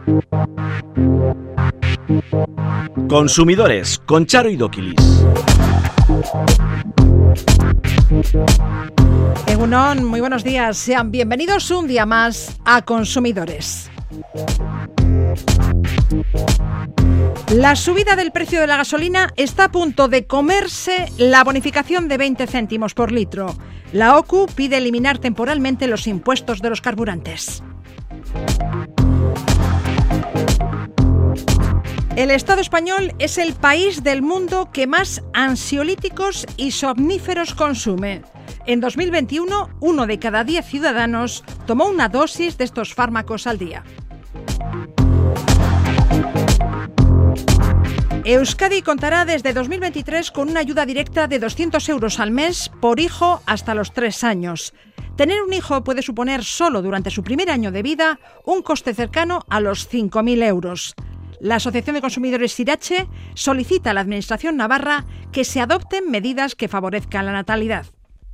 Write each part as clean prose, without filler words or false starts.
Consumidores, con Charo y Doquilis. Egunon, muy buenos días. Sean bienvenidos un día más a Consumidores. La subida del precio de la gasolina está a punto de comerse la bonificación de 20 céntimos por litro. La OCU pide eliminar temporalmente los impuestos de los carburantes. El Estado español es el país del mundo que más ansiolíticos y somníferos consume. En 2021, 1 de cada 10 ciudadanos tomó una dosis de estos fármacos al día. Euskadi contará desde 2023 con una ayuda directa de 200 euros al mes por hijo hasta los 3 años. Tener un hijo puede suponer solo durante su primer año de vida un coste cercano a los 5.000 euros. La Asociación de Consumidores Irache solicita a la Administración navarra que se adopten medidas que favorezcan la natalidad.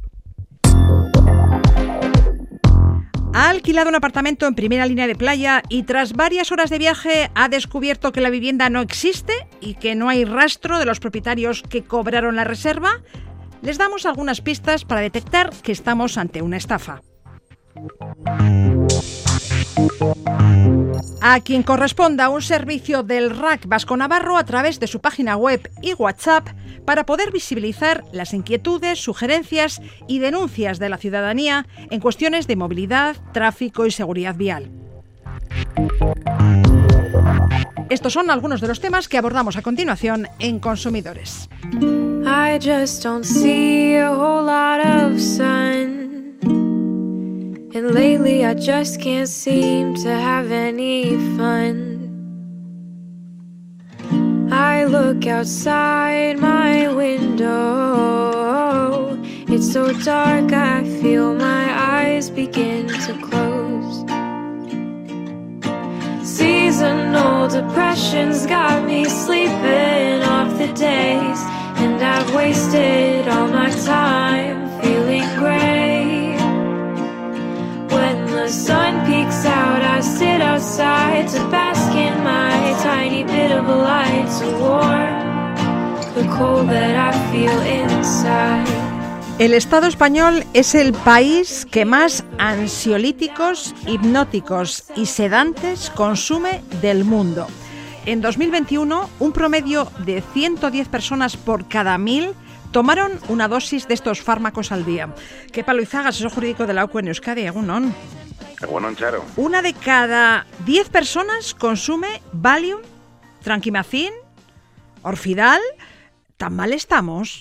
Ha alquilado un apartamento en primera línea de playa y tras varias horas de viaje ha descubierto que la vivienda no existe y que no hay rastro de los propietarios que cobraron la reserva. Les damos algunas pistas para detectar que estamos ante una estafa. A quien corresponda un servicio del RAC Vasco Navarro a través de su página web y WhatsApp para poder visibilizar las inquietudes, sugerencias y denuncias de la ciudadanía en cuestiones de movilidad, tráfico y seguridad vial. Estos son algunos de los temas que abordamos a continuación en Consumidores. I just don't see a whole lot of sun. And lately I just can't seem to have any fun. I look outside my window. It's so dark I feel my eyes begin to close. Seasonal depression's got me sleeping off the days. And I've wasted all my time feeling gray. When the sun peeks out, I sit outside to bask in my tiny bit of light to warm the cold that I feel inside. El Estado español es el país que más ansiolíticos, hipnóticos y sedantes consume del mundo. En 2021, un promedio de 110 personas por cada 1.000 tomaron una dosis de estos fármacos al día. Kepa Loizaga, asesor jurídico de la OCU en Euskadi. Egunon. Egunon, Charo. Una de cada 10 personas consume Valium, Trankimazin, Orfidal. ¿Tan mal estamos?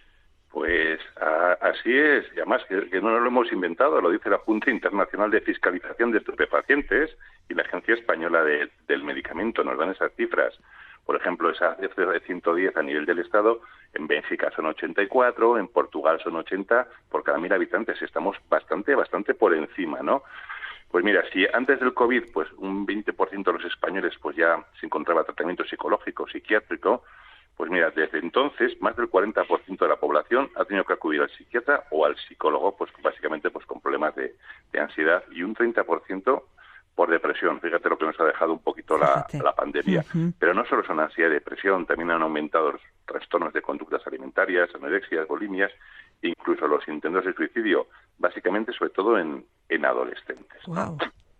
Pues así es, y además que no lo hemos inventado, lo dice la Junta Internacional de Fiscalización de Estupefacientes y la Agencia Española del Medicamento, nos dan esas cifras. Por ejemplo, esa cifra de 110 a nivel del Estado, en Bélgica son 84, en Portugal son 80 por cada 1.000 habitantes. Estamos bastante por encima, ¿no? Pues mira, si antes del COVID, pues un 20% de los españoles pues ya se encontraba tratamiento psicológico, psiquiátrico, pues mira, desde entonces más del 40% de la población ha tenido que acudir al psiquiatra o al psicólogo, pues básicamente pues con problemas de ansiedad, y un 30% por depresión. Fíjate lo que nos ha dejado un poquito la pandemia. Uh-huh. Pero no solo son ansiedad y depresión, también han aumentado los trastornos de conductas alimentarias, anorexias, bulimias, incluso los intentos de suicidio, básicamente sobre todo en adolescentes. Wow.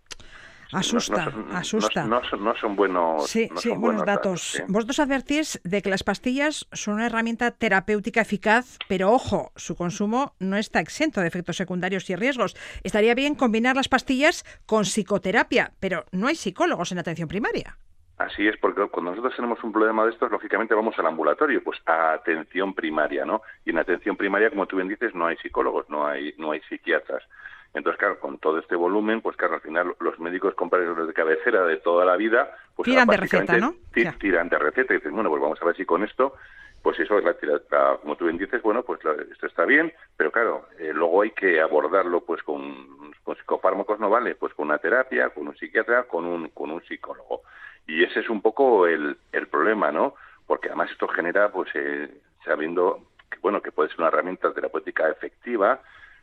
Asusta. No son buenos, buenos datos. Sí. Vosotros advertís de que las pastillas son una herramienta terapéutica eficaz, pero ojo, su consumo no está exento de efectos secundarios y riesgos. Estaría bien combinar las pastillas con psicoterapia, pero no hay psicólogos en atención primaria. Así es, porque cuando nosotros tenemos un problema de estos, lógicamente vamos al ambulatorio, pues a atención primaria, ¿no? Y en atención primaria, como tú bien dices, no hay psicólogos, no hay psiquiatras. Entonces, claro, con todo este volumen, pues claro, al final los médicos compañeros de cabecera de toda la vida, pues tiran de receta, ¿no? Tiran de receta y dicen, bueno, pues vamos a ver si con esto, pues eso, como tú bien dices, bueno, pues esto está bien, pero claro, luego hay que abordarlo pues con psicofármacos, no vale, pues con una terapia, con un psiquiatra, con un psicólogo. Y ese es un poco el problema, ¿no? Porque además esto genera, pues, sabiendo que, bueno, que puede ser una herramienta terapéutica efectiva,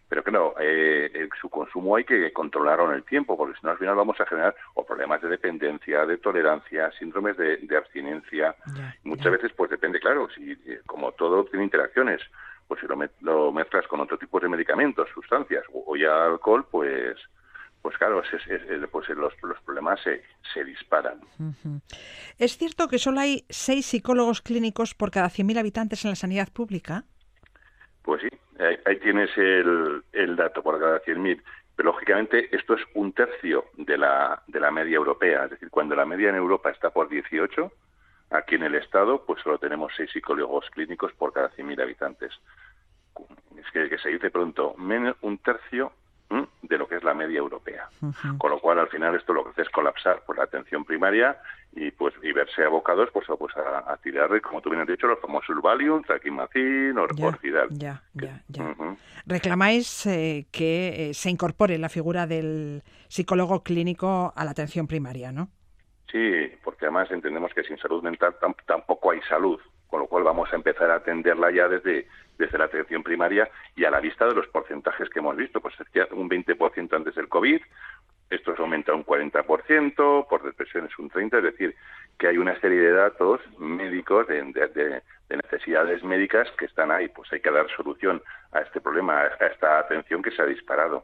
Pero claro, su consumo hay que controlarlo en el tiempo, porque si no al final vamos a generar o problemas de dependencia, de tolerancia, síndromes de abstinencia. Muchas veces pues depende, claro, si como todo tiene interacciones, pues si lo mezclas con otro tipo de medicamentos, sustancias o ya alcohol, pues claro, pues los problemas se disparan. Uh-huh. ¿Es cierto que solo hay 6 psicólogos clínicos por cada 100.000 habitantes en la sanidad pública? Pues sí, ahí tienes el dato por cada 100.000. Pero lógicamente esto es 1/3 de la media europea. Es decir, cuando la media en Europa está por 18, aquí en el Estado pues solo tenemos 6 psicólogos clínicos por cada 100.000 habitantes. Es que se dice pronto, menos 1/3 de lo que es la media europea. Uh-huh. Con lo cual, al final, esto lo que hace es colapsar por la atención primaria y verse abocados a tirar, como tú bien has dicho, los famosos Valium, Traquimacin o Orfidal. Ya. Uh-huh. Reclamáis que se incorpore la figura del psicólogo clínico a la atención primaria, ¿no? Sí, porque además entendemos que sin salud mental tampoco hay salud, con lo cual vamos a empezar a atenderla ya desde la atención primaria y a la vista de los porcentajes que hemos visto. Pues decía un 20% antes del COVID, esto se aumenta un 40%, por depresiones un 30%, es decir, que hay una serie de datos médicos de necesidades médicas que están ahí. Pues hay que dar solución a este problema, a esta atención que se ha disparado.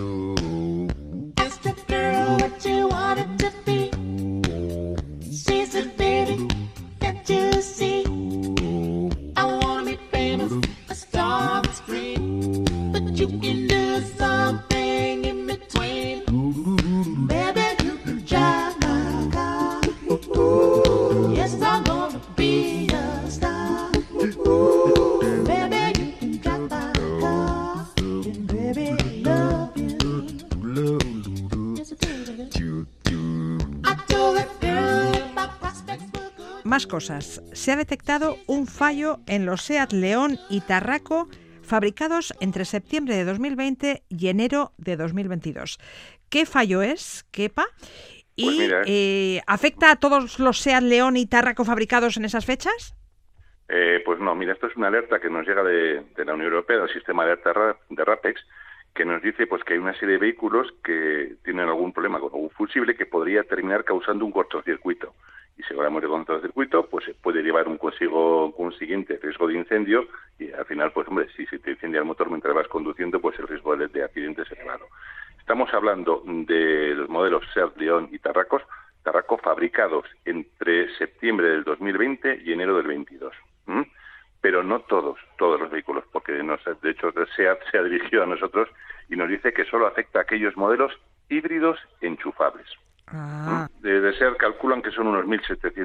Más cosas. Se ha detectado un fallo en los SEAT León y Tarraco fabricados entre septiembre de 2020 y enero de 2022. ¿Qué fallo es, Kepa? ¿Y pues afecta a todos los SEAT León y Tarraco fabricados en esas fechas? Pues no, mira, esto es una alerta que nos llega de la Unión Europea, del sistema de alerta de RAPEX, que nos dice pues que hay una serie de vehículos que tienen algún problema con algún fusible que podría terminar causando un cortocircuito. Y si hablamos de cortocircuito, pues puede llevar un siguiente riesgo de incendio y al final, pues hombre, si se te incendia el motor mientras vas conduciendo, pues el riesgo de accidente es elevado. Estamos hablando de los modelos SEAT León y Tarraco fabricados entre septiembre del 2020 y enero del 22. Pero no todos los vehículos, porque de hecho SEAT se ha dirigido a nosotros y nos dice que solo afecta a aquellos modelos híbridos enchufables. De SEAT calculan que son unos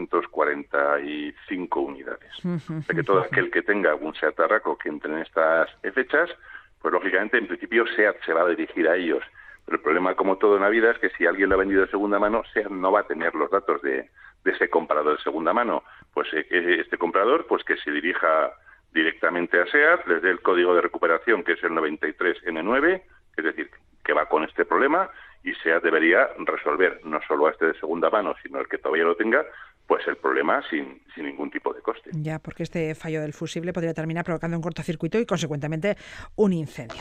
1.745 unidades. O sea que todo aquel que tenga algún SEAT Tarraco que entre en estas fechas, pues lógicamente en principio SEAT se va a dirigir a ellos. Pero el problema, como todo en la vida, es que si alguien lo ha vendido de segunda mano, SEAT no va a tener los datos de ese comprador de segunda mano. Pues este comprador, pues que se dirija directamente a SEAT, les dé el código de recuperación, que es el 93N9, es decir, que va con este problema, y SEAT debería resolver no solo a este de segunda mano, sino el que todavía lo tenga, pues el problema sin ningún tipo de coste. Ya, porque este fallo del fusible podría terminar provocando un cortocircuito y, consecuentemente, un incendio.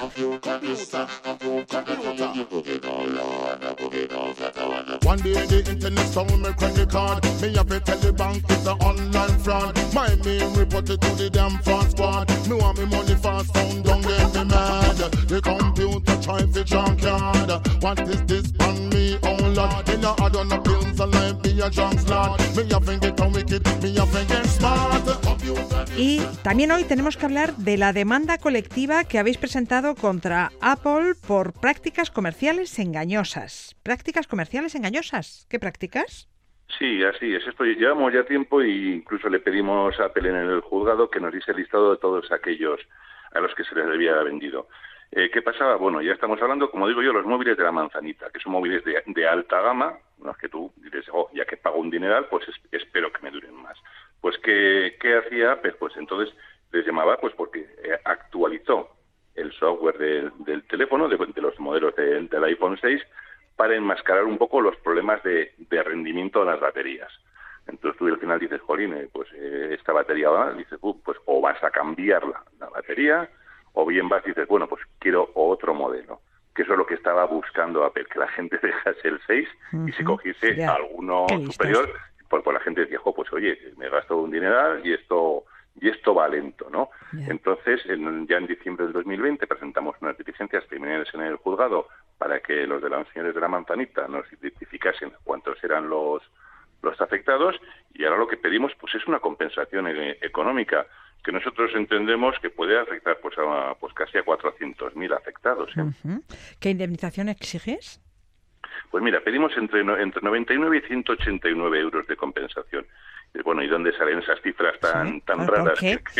One day the internet sound me credit card. Me have to tell the bank it's a online fraud. My main report it to the damn fraud squad. Me want me money fast, found don't get me mad. The computer try to junkyard. What is this on me, oh Lord? Me no add on the pills and like be a drunk slot. Me have to get on wicked, me have to get smart. Y también hoy tenemos que hablar de la demanda colectiva que habéis presentado contra Apple por prácticas comerciales engañosas. ¿Prácticas comerciales engañosas? ¿Qué prácticas? Sí, así es. Esto llevamos ya tiempo e incluso le pedimos a Apple en el juzgado que nos diese el listado de todos aquellos a los que se les había vendido. ¿Qué pasaba? Bueno, ya estamos hablando, como digo yo, los móviles de la manzanita, que son móviles de alta gama, los que tú dices, ya que pago un dineral, pues espero que me duren más. Pues, ¿qué hacía Apple? Pues entonces les llamaba pues porque actualizó el software del teléfono, de los modelos del iPhone 6, para enmascarar un poco los problemas de rendimiento de las baterías. Entonces tú al final dices, jolín, pues esta batería va, dices, pues o vas a cambiar la batería o bien vas y dices, bueno, pues quiero otro modelo, que eso es lo que estaba buscando Apple, que la gente dejase el 6 y se cogiese alguno superior, pues la gente decía, pues oye, me gasto un dineral y esto va lento, ¿no? Entonces, ya en diciembre del 2020 presentamos unas diligencias preliminares en el juzgado para que los señores de la manzanita nos identificasen cuántos eran los afectados, y ahora lo que pedimos pues es una compensación económica que nosotros entendemos que puede afectar pues casi a 400.000 afectados. ¿Qué indemnización exiges? Pues mira, pedimos entre 99 y 189 euros de compensación. Bueno, ¿y dónde salen esas cifras tan raras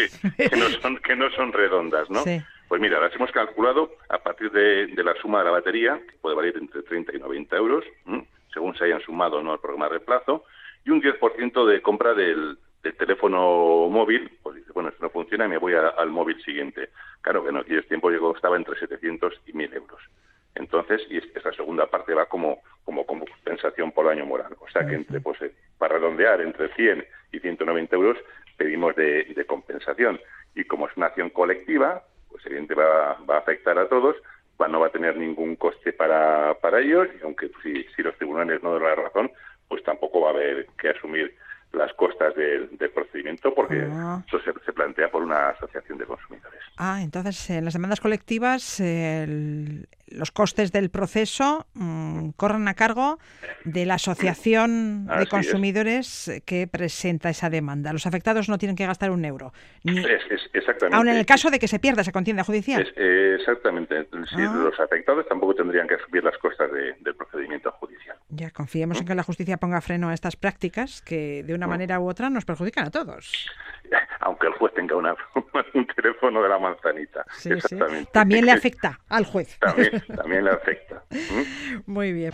que no son redondas, no? Sí. Pues mira, las hemos calculado a partir de la suma de la batería, que puede valer entre 30 y 90 euros, según se hayan sumado o no al programa de reemplazo, y un 10% de compra del teléfono móvil. Pues dice, bueno, esto no funciona y me voy al móvil siguiente. Claro que en aquellos tiempos yo costaba entre 700 y 1.000 euros. Entonces, y esta segunda parte va como compensación por daño moral. O sea que para redondear, entre 100 y 190 euros pedimos de compensación. Y como es una acción colectiva, pues evidentemente va a afectar a todos, no va a tener ningún coste para ellos, y aunque si los tribunales no dan la razón, pues tampoco va a haber que asumir las costas del procedimiento, porque eso se plantea por una asociación de consumidores. Entonces en las demandas colectivas los costes del proceso corren a cargo de la asociación de consumidores que presenta esa demanda. Los afectados no tienen que gastar un euro. Exactamente. Aun en el caso de que se pierda esa contienda judicial. Exactamente. Los afectados tampoco tendrían que asumir las costas del procedimiento judicial. Ya, confiemos en que la justicia ponga freno a estas prácticas que de una manera u otra nos perjudican a todos. Aunque el juez tenga un teléfono de la manzanita. Sí, exactamente. Sí. También le afecta al juez. También le afecta. Muy bien.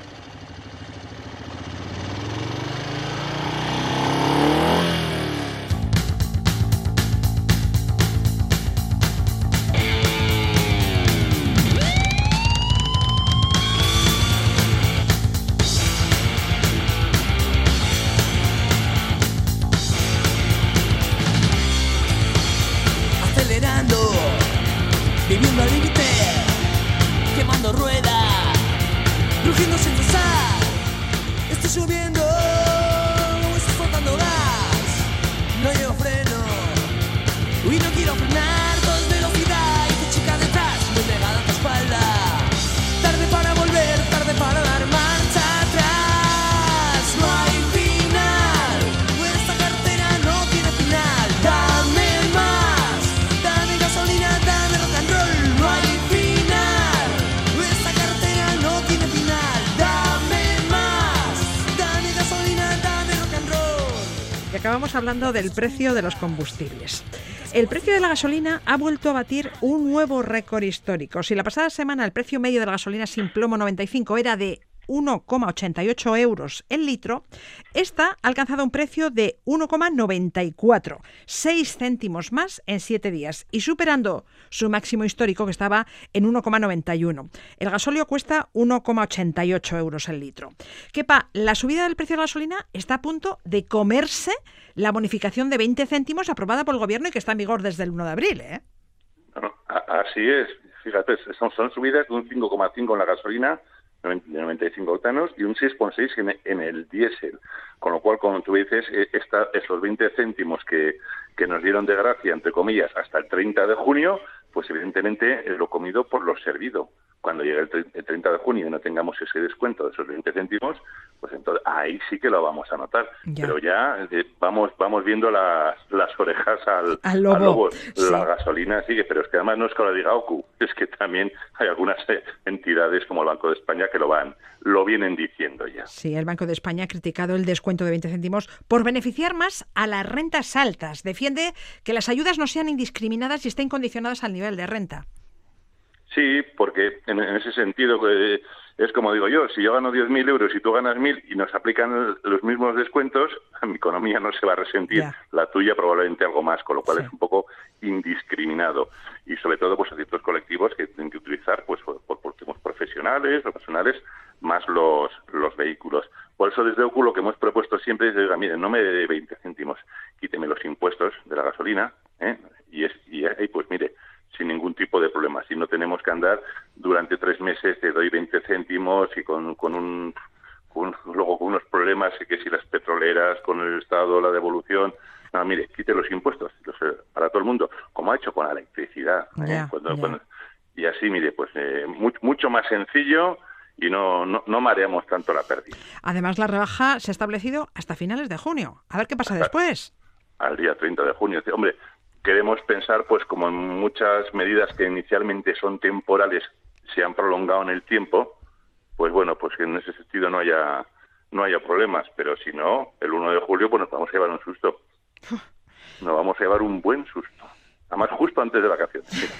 Viviendo al límite, quemando ruedas, rugiendo sin cesar. Estoy subiendo, estoy soltando gas, no llevo freno y no quiero frenar. Dos velocidad y tu chica detrás, muy pegada a tu espalda. Tarde para volver, tarde para dar marcha atrás. No hay final, esta cartera no tiene final. Dame más, dame gasolina, dame rock and roll. No hay final, esta cartera no tiene final. Dame más, dame gasolina, dame rock and roll. Y acabamos hablando del precio de los combustibles. El precio de la gasolina ha vuelto a batir un nuevo récord histórico. Si la pasada semana el precio medio de la gasolina sin plomo 95 era de 1,88 euros el litro, esta ha alcanzado un precio de 1,94, 6 céntimos más en 7 días y superando su máximo histórico que estaba en 1,91. El gasóleo cuesta 1,88 euros el litro. Kepa, la subida del precio de la gasolina está a punto de comerse la bonificación de 20 céntimos aprobada por el Gobierno y que está en vigor desde el 1 de abril, ¿eh? No, así es. Fíjate, son subidas de un 5,5 en la gasolina, de 95 octanos, y un 6,6 en el diésel. Con lo cual, como tú dices, esos 20 céntimos que nos dieron de gracia, entre comillas, hasta el 30 de junio, pues evidentemente lo comido por lo servido. Cuando llegue el 30 de junio y no tengamos ese descuento de esos 20 céntimos, pues entonces ahí sí que lo vamos a notar. Ya. Pero ya vamos viendo las orejas al lobo. Sí. La gasolina sigue, pero es que además no es que lo diga OCU, es que también hay algunas entidades como el Banco de España que lo vienen diciendo ya. Sí, el Banco de España ha criticado el descuento de 20 céntimos por beneficiar más a las rentas altas. Defiende que las ayudas no sean indiscriminadas y estén condicionadas al nivel de renta. Sí, porque en ese sentido es como digo yo, si yo gano 10.000 euros y tú ganas 1.000 y nos aplican los mismos descuentos, mi economía no se va a resentir, la tuya probablemente algo más, con lo cual es un poco indiscriminado. Y sobre todo pues a ciertos colectivos que tienen que utilizar pues por motivos profesionales o personales más los vehículos. Por eso desde OCU lo que hemos propuesto siempre es decir, miren, no me dé 20 céntimos, quíteme los impuestos de la gasolina, y pues mire, sin ningún tipo de problema. Si no tenemos que andar durante 3 meses, te doy 20 céntimos y luego con unos problemas, que si las petroleras, con el Estado, la devolución. No, mire, quite los impuestos para todo el mundo, como ha hecho con la electricidad. Y así, mire, pues mucho más sencillo y no mareamos tanto la pérdida. Además, la rebaja se ha establecido hasta finales de junio. A ver qué pasa después. Al día 30 de junio. Hombre, queremos pensar, pues como en muchas medidas que inicialmente son temporales, se han prolongado en el tiempo, pues bueno, pues que en ese sentido no haya problemas. Pero si no, el 1 de julio pues nos vamos a llevar un susto. Nos vamos a llevar un buen susto. Además, justo antes de vacaciones.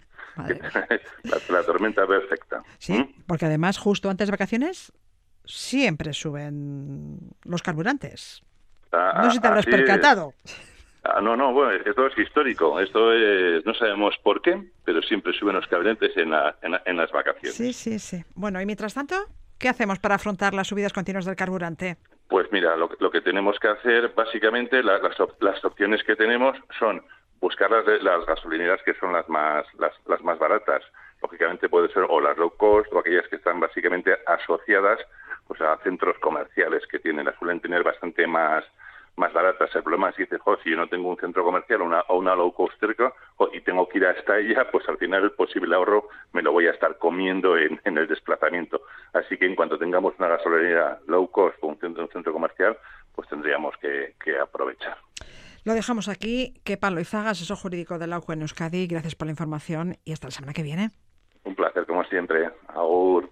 La tormenta perfecta. Sí, porque además justo antes de vacaciones siempre suben los carburantes. No sé si te habrás percatado. No, bueno, esto es histórico. Esto es, no sabemos por qué, pero siempre suben los carburantes en las vacaciones. Sí. Bueno, y mientras tanto, ¿qué hacemos para afrontar las subidas continuas del carburante? Pues mira, lo que tenemos que hacer, básicamente, las opciones que tenemos son buscar las gasolineras que son las más baratas. Lógicamente puede ser o las low cost o aquellas que están básicamente asociadas pues a centros comerciales que las suelen tener bastante más baratas. El problema es que dices, si yo no tengo un centro comercial o una low cost cerca y tengo que ir hasta ella, pues al final el posible ahorro me lo voy a estar comiendo en el desplazamiento. Así que en cuanto tengamos una gasolinera low cost o un centro comercial, pues tendríamos que aprovechar. Lo dejamos aquí. Kepa Loizaga, asesor jurídico de la UCO en Euskadi. Gracias por la información y hasta la semana que viene. Un placer, como siempre. Agur.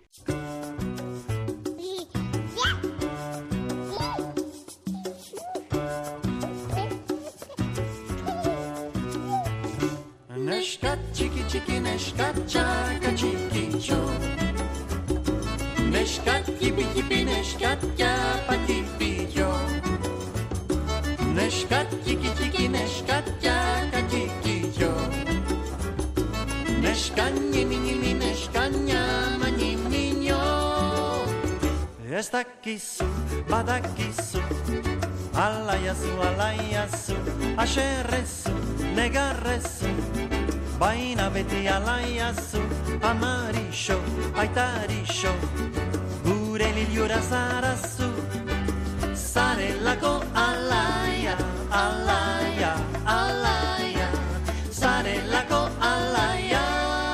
Neshka chiki chiki neshka chaka chiquicho. Neshka kipi kipi neshka chapa chipillo. Neshka chiki chiki neshka chaka chiquicho. Neshka nimi nimi neshka nyama nimiño. Esta kisu badakisu. Alayasu asheresu negaresu. Baina beti alaiazu, amarisho, aitarisho, gure liliura zarazu, zarelako alaia, alaia, alaia, zarelako alaia,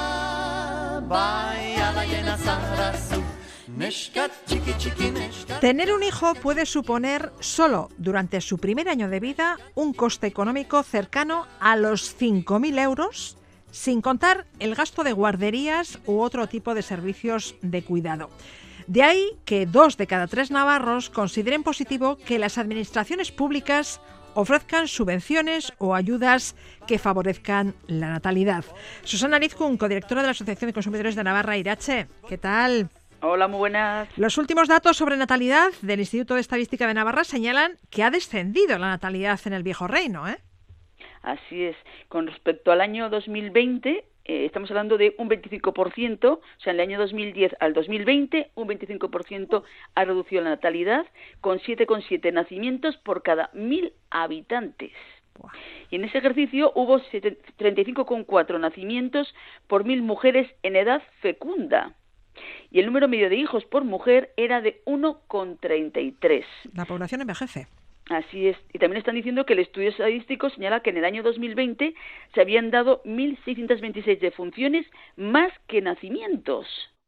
bai alaiena zarazu, neskat txiki txiki neskat. Tener un hijo puede suponer solo durante su primer año de vida un coste económico cercano a los 5.000 euros, sin contar el gasto de guarderías u otro tipo de servicios de cuidado. De ahí que 2 de cada 3 navarros consideren positivo que las administraciones públicas ofrezcan subvenciones o ayudas que favorezcan la natalidad. Susana Arizkun, codirectora de la Asociación de Consumidores de Navarra, Irache. ¿Qué tal? Hola, muy buenas. Los últimos datos sobre natalidad del Instituto de Estadística de Navarra señalan que ha descendido la natalidad en el Viejo Reino, ¿eh? Así es. Con respecto al año 2020, estamos hablando de un 25%, o sea, en el año 2010 al 2020, un 25% ha reducido la natalidad, con 7,7 nacimientos por cada 1.000 habitantes. Y en ese ejercicio hubo 35,4 nacimientos por 1.000 mujeres en edad fecunda. Y el número medio de hijos por mujer era de 1,33. La población envejece. Así es. Y también están diciendo que el estudio estadístico señala que en el año 2020 se habían dado 1.626 defunciones más que nacimientos.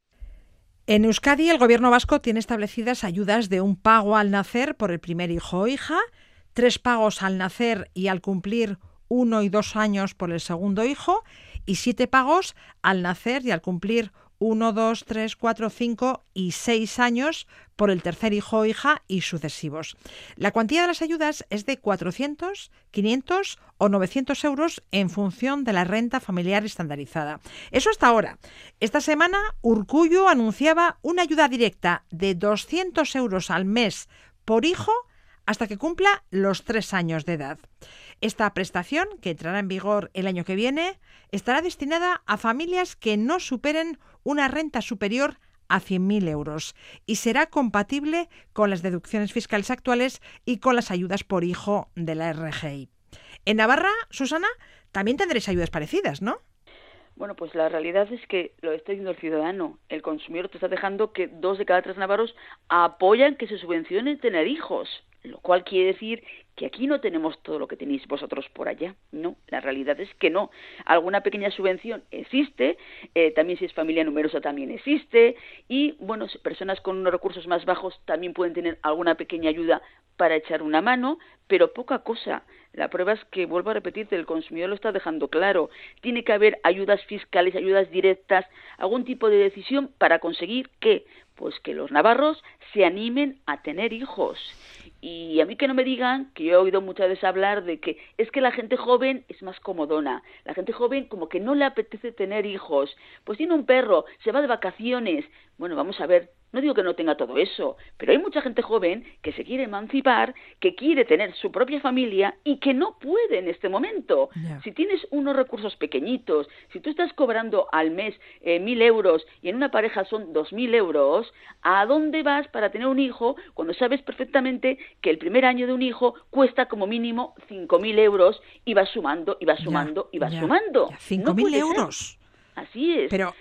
En Euskadi, el gobierno vasco tiene establecidas ayudas de un pago al nacer por el primer hijo o hija, 3 pagos al nacer y al cumplir 1 y 2 años por el segundo hijo, y 7 pagos al nacer y al cumplir 1, 2, 3, 4, 5 y 6 años por el tercer hijo o hija y sucesivos. La cuantía de las ayudas es de 400, 500 o 900 euros en función de la renta familiar estandarizada. Eso hasta ahora. Esta semana, Urkullu anunciaba una ayuda directa de 200 euros al mes por hijo hasta que cumpla los 3 años de edad. Esta prestación, que entrará en vigor el año que viene, estará destinada a familias que no superen una renta superior a 100.000 euros y será compatible con las deducciones fiscales actuales y con las ayudas por hijo de la RGI. En Navarra, Susana, también tendréis ayudas parecidas, ¿no? Bueno, pues la realidad es que lo está diciendo el ciudadano. El consumidor te está dejando que 2 de cada 3 navarros apoyan que se subvencione tener hijos, lo cual quiere decir que aquí no tenemos todo lo que tenéis vosotros por allá. No, la realidad es que no. Alguna pequeña subvención existe, también si es familia numerosa también existe, y bueno, personas con unos recursos más bajos también pueden tener alguna pequeña ayuda para echar una mano, pero poca cosa. La prueba es que, vuelvo a repetirte, el consumidor lo está dejando claro. Tiene que haber ayudas fiscales, ayudas directas, algún tipo de decisión para conseguir que, pues que los navarros se animen a tener hijos. Y a mí que no me digan, que yo he oído muchas veces hablar de que es que la gente joven es más comodona, la gente joven como que no le apetece tener hijos, pues tiene un perro, se va de vacaciones. Bueno, vamos a ver, no digo que no tenga todo eso, pero hay mucha gente joven que se quiere emancipar, que quiere tener su propia familia y que no puede en este momento. Yeah. Si tienes unos recursos pequeñitos, si tú estás cobrando al mes 1.000 euros y en una pareja son 2.000 euros, ¿a dónde vas para tener un hijo cuando sabes perfectamente que el primer año de un hijo cuesta como mínimo 5.000 euros y vas sumando, y vas sumando, y vas sumando? 5.000 euros. Así es. Pero...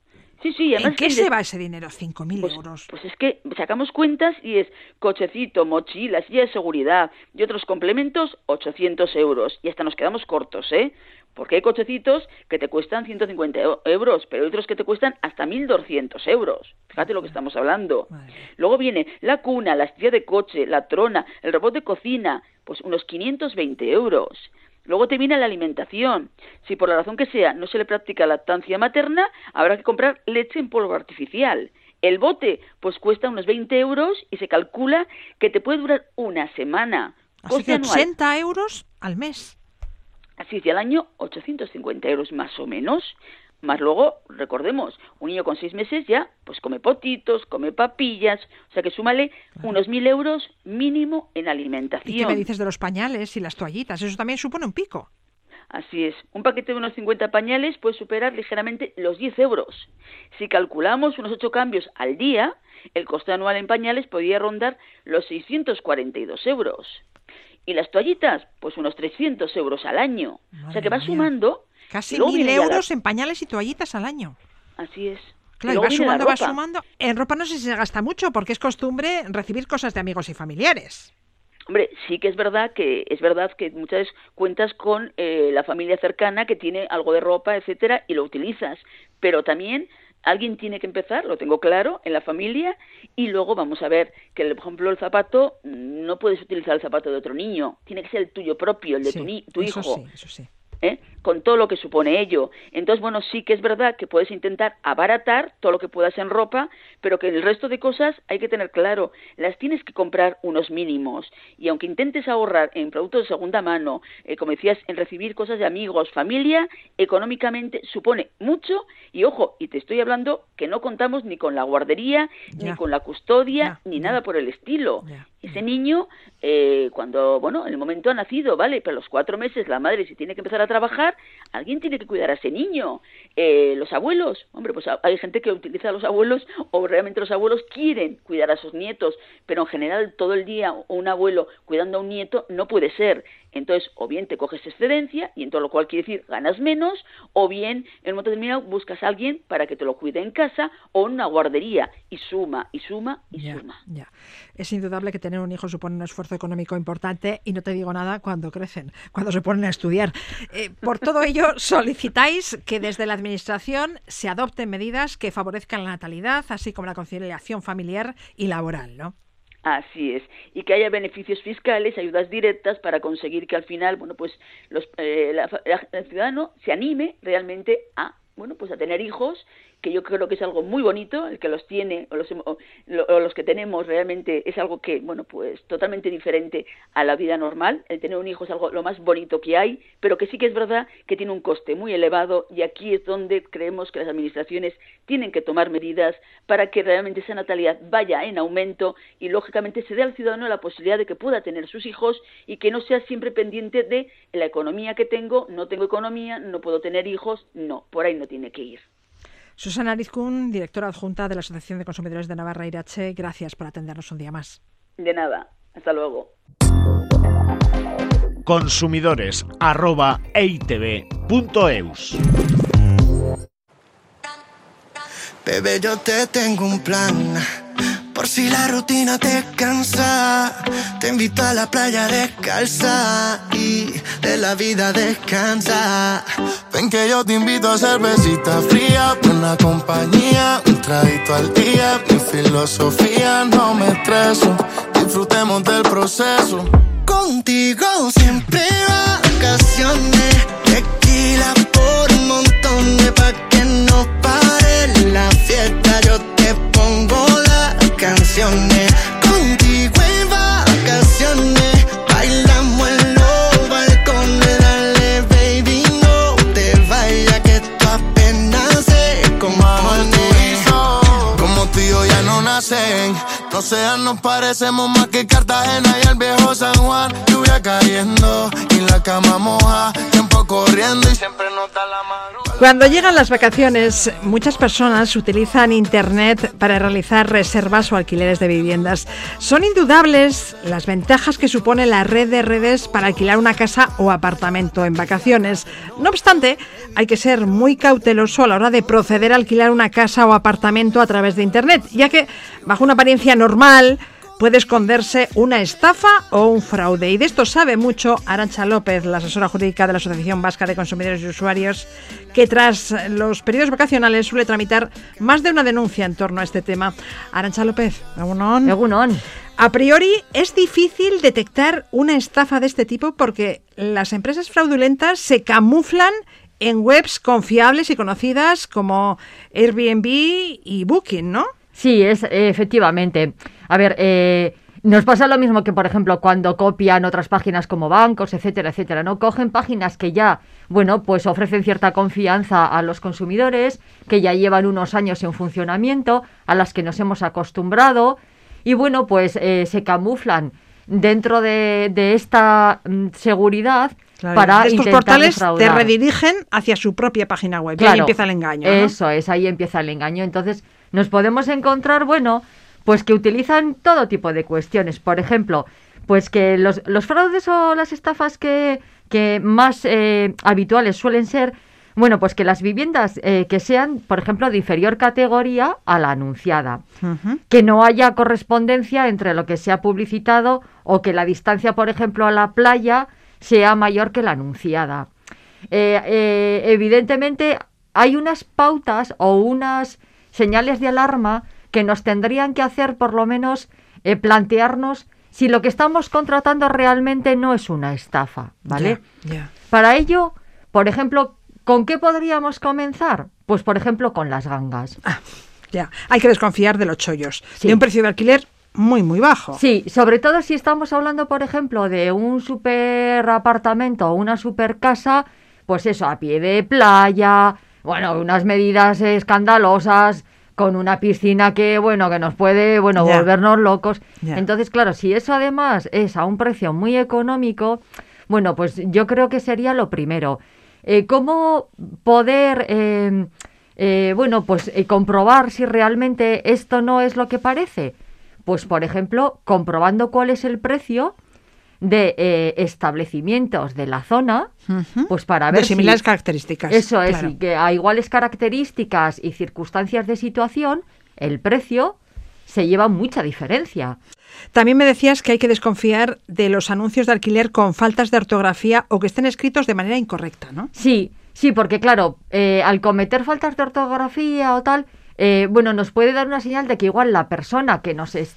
Sí, ¿en qué se va ese dinero? 5.000 euros. Pues es que sacamos cuentas y es cochecito, mochila, silla de seguridad y otros complementos, 800 euros. Y hasta nos quedamos cortos, porque hay cochecitos que te cuestan 150 euros, pero hay otros que te cuestan hasta 1.200 euros. Fíjate lo que estamos hablando. Madre. Luego viene la cuna, la silla de coche, la trona, el robot de cocina, pues unos 520 euros. Luego te viene la alimentación. Si por la razón que sea no se le practica lactancia materna, habrá que comprar leche en polvo artificial. El bote, pues cuesta unos 20 euros y se calcula que te puede durar una semana. Así que 80 euros al mes. Así es, y al año 850 euros más o menos. Más luego, recordemos, un niño con 6 meses ya, pues come potitos, come papillas, o sea que súmale unos 1.000 euros mínimo en alimentación. ¿Y qué me dices de los pañales y las toallitas? Eso también supone un pico. Así es, un paquete de unos 50 pañales puede superar ligeramente los 10 euros. Si calculamos unos 8 cambios al día, el coste anual en pañales podría rondar los 642 euros. Y las toallitas, pues unos 300 euros al año. Madre o sea que va mía. Sumando... Casi 1.000 euros en pañales y toallitas al año. Así es. Claro, y va sumando. En ropa no sé si se gasta mucho, porque es costumbre recibir cosas de amigos y familiares. Hombre, sí que es verdad que muchas veces cuentas con la familia cercana que tiene algo de ropa, etcétera, y lo utilizas. Pero también alguien tiene que empezar, lo tengo claro, en la familia, y luego vamos a ver que, por ejemplo, el zapato, no puedes utilizar el zapato de otro niño, tiene que ser el tuyo propio, el de tu hijo. Eso sí. Con todo lo que supone ello. Entonces, bueno, sí que es verdad que puedes intentar abaratar todo lo que puedas en ropa, pero que el resto de cosas hay que tener claro, las tienes que comprar unos mínimos, y aunque intentes ahorrar en productos de segunda mano, como decías, en recibir cosas de amigos, familia, económicamente supone mucho, y ojo, y te estoy hablando que no contamos ni con la guardería, ni con la custodia, ni nada por el estilo. Ese niño, cuando, bueno, en el momento ha nacido, ¿vale? Pero a los 4 meses la madre, si tiene que empezar a trabajar, alguien tiene que cuidar a ese niño. Los abuelos, hombre, pues hay gente que utiliza a los abuelos, o realmente los abuelos quieren cuidar a sus nietos, pero en general todo el día un abuelo cuidando a un nieto no puede ser. Entonces, o bien te coges excedencia, y en todo lo cual quiere decir ganas menos, o bien en un momento determinado buscas a alguien para que te lo cuide en casa o en una guardería, y suma. Ya. Es indudable que tener un hijo supone un esfuerzo económico importante, y no te digo nada cuando crecen, cuando se ponen a estudiar. Por todo ello, solicitáis que desde la Administración se adopten medidas que favorezcan la natalidad, así como la conciliación familiar y laboral, ¿no? Así es, y que haya beneficios fiscales, ayudas directas para conseguir que al final, bueno, pues el ciudadano se anime realmente a, bueno, pues a tener hijos, que yo creo que es algo muy bonito, el que los tiene o los que tenemos realmente es algo que, bueno, pues totalmente diferente a la vida normal. El tener un hijo es algo lo más bonito que hay, pero que sí que es verdad que tiene un coste muy elevado, y aquí es donde creemos que las administraciones tienen que tomar medidas para que realmente esa natalidad vaya en aumento, y lógicamente se dé al ciudadano la posibilidad de que pueda tener sus hijos y que no sea siempre pendiente de la economía que tengo, no tengo economía, no puedo tener hijos. No, por ahí no tiene que ir. Susana Arizcún, directora adjunta de la Asociación de Consumidores de Navarra Irache, gracias por atendernos un día más. De nada, hasta luego. Consumidores@eitv.eus Bebé, yo te tengo un plan. Por si la rutina te cansa, te invito a la playa descalza y de la vida descansa. Ven que yo te invito a cervecita fría, buena compañía, un traguito al día. Mi filosofía, no me estreso, disfrutemos del proceso. Contigo siempre vacaciones, tequila por un montón de pa' que no pare la fiesta. Yo te pongo canciones, contigo en vacaciones, bailamos en los balcones, dale baby, no te vayas que esto apenas se compone. Como tú y yo ya no nacen, no sean, nos parecemos más que Cartagena y el viejo San Juan. Lluvia cayendo y la cama moja, tiempo corriendo y siempre nos da la madrugada. Cuando llegan las vacaciones, muchas personas utilizan Internet para realizar reservas o alquileres de viviendas. Son indudables las ventajas que supone la red de redes para alquilar una casa o apartamento en vacaciones. No obstante, hay que ser muy cauteloso a la hora de proceder a alquilar una casa o apartamento a través de Internet, ya que bajo una apariencia normal puede esconderse una estafa o un fraude. Y de esto sabe mucho Arantxa López, la asesora jurídica de la Asociación Vasca de Consumidores y Usuarios, que tras los periodos vacacionales suele tramitar más de una denuncia en torno a este tema. Arantxa López, egunon. Egunon. A priori es difícil detectar una estafa de este tipo porque las empresas fraudulentas se camuflan en webs confiables y conocidas como Airbnb y Booking, ¿no? Sí, efectivamente. A ver, nos pasa lo mismo que, por ejemplo, cuando copian otras páginas como bancos, etcétera, etcétera, ¿no? Cogen páginas que ya, bueno, pues ofrecen cierta confianza a los consumidores, que ya llevan unos años en funcionamiento, a las que nos hemos acostumbrado, y bueno, pues se camuflan dentro de esta seguridad. Claro, para estos intentar portales defraudar. Te redirigen hacia su propia página web. Claro, y ahí empieza el engaño, ¿no? Eso es, ahí empieza el engaño. Entonces nos podemos encontrar, bueno, pues que utilizan todo tipo de cuestiones. Por ejemplo, pues que los fraudes o las estafas que más habituales suelen ser, bueno, pues que las viviendas que sean, por ejemplo, de inferior categoría a la anunciada. Uh-huh. Que no haya correspondencia entre lo que se ha publicitado o que la distancia, por ejemplo, a la playa sea mayor que la anunciada. Evidentemente, hay unas pautas o unas señales de alarma que nos tendrían que hacer, por lo menos, plantearnos si lo que estamos contratando realmente no es una estafa, ¿vale? Yeah. Para ello, por ejemplo, ¿con qué podríamos comenzar? Pues, por ejemplo, con las gangas. Ya, hay que desconfiar de los chollos, sí, de un precio de alquiler muy, muy bajo. Sí, sobre todo si estamos hablando, por ejemplo, de un super apartamento o una super casa, pues eso, a pie de playa, bueno, unas medidas escandalosas, con una piscina que, bueno, que nos puede, bueno, volvernos locos. Entonces, claro, si eso además es a un precio muy económico, bueno, pues yo creo que sería lo primero. ¿Cómo poder, bueno, pues comprobar si realmente esto no es lo que parece? Pues, por ejemplo, comprobando cuál es el precio de establecimientos de la zona, uh-huh, pues para ver de similares características. Eso es, claro, y que a iguales características y circunstancias de situación, el precio se lleva mucha diferencia. También me decías que hay que desconfiar de los anuncios de alquiler con faltas de ortografía o que estén escritos de manera incorrecta, ¿no? Sí, porque claro, al cometer faltas de ortografía o tal, bueno, nos puede dar una señal de que igual la persona que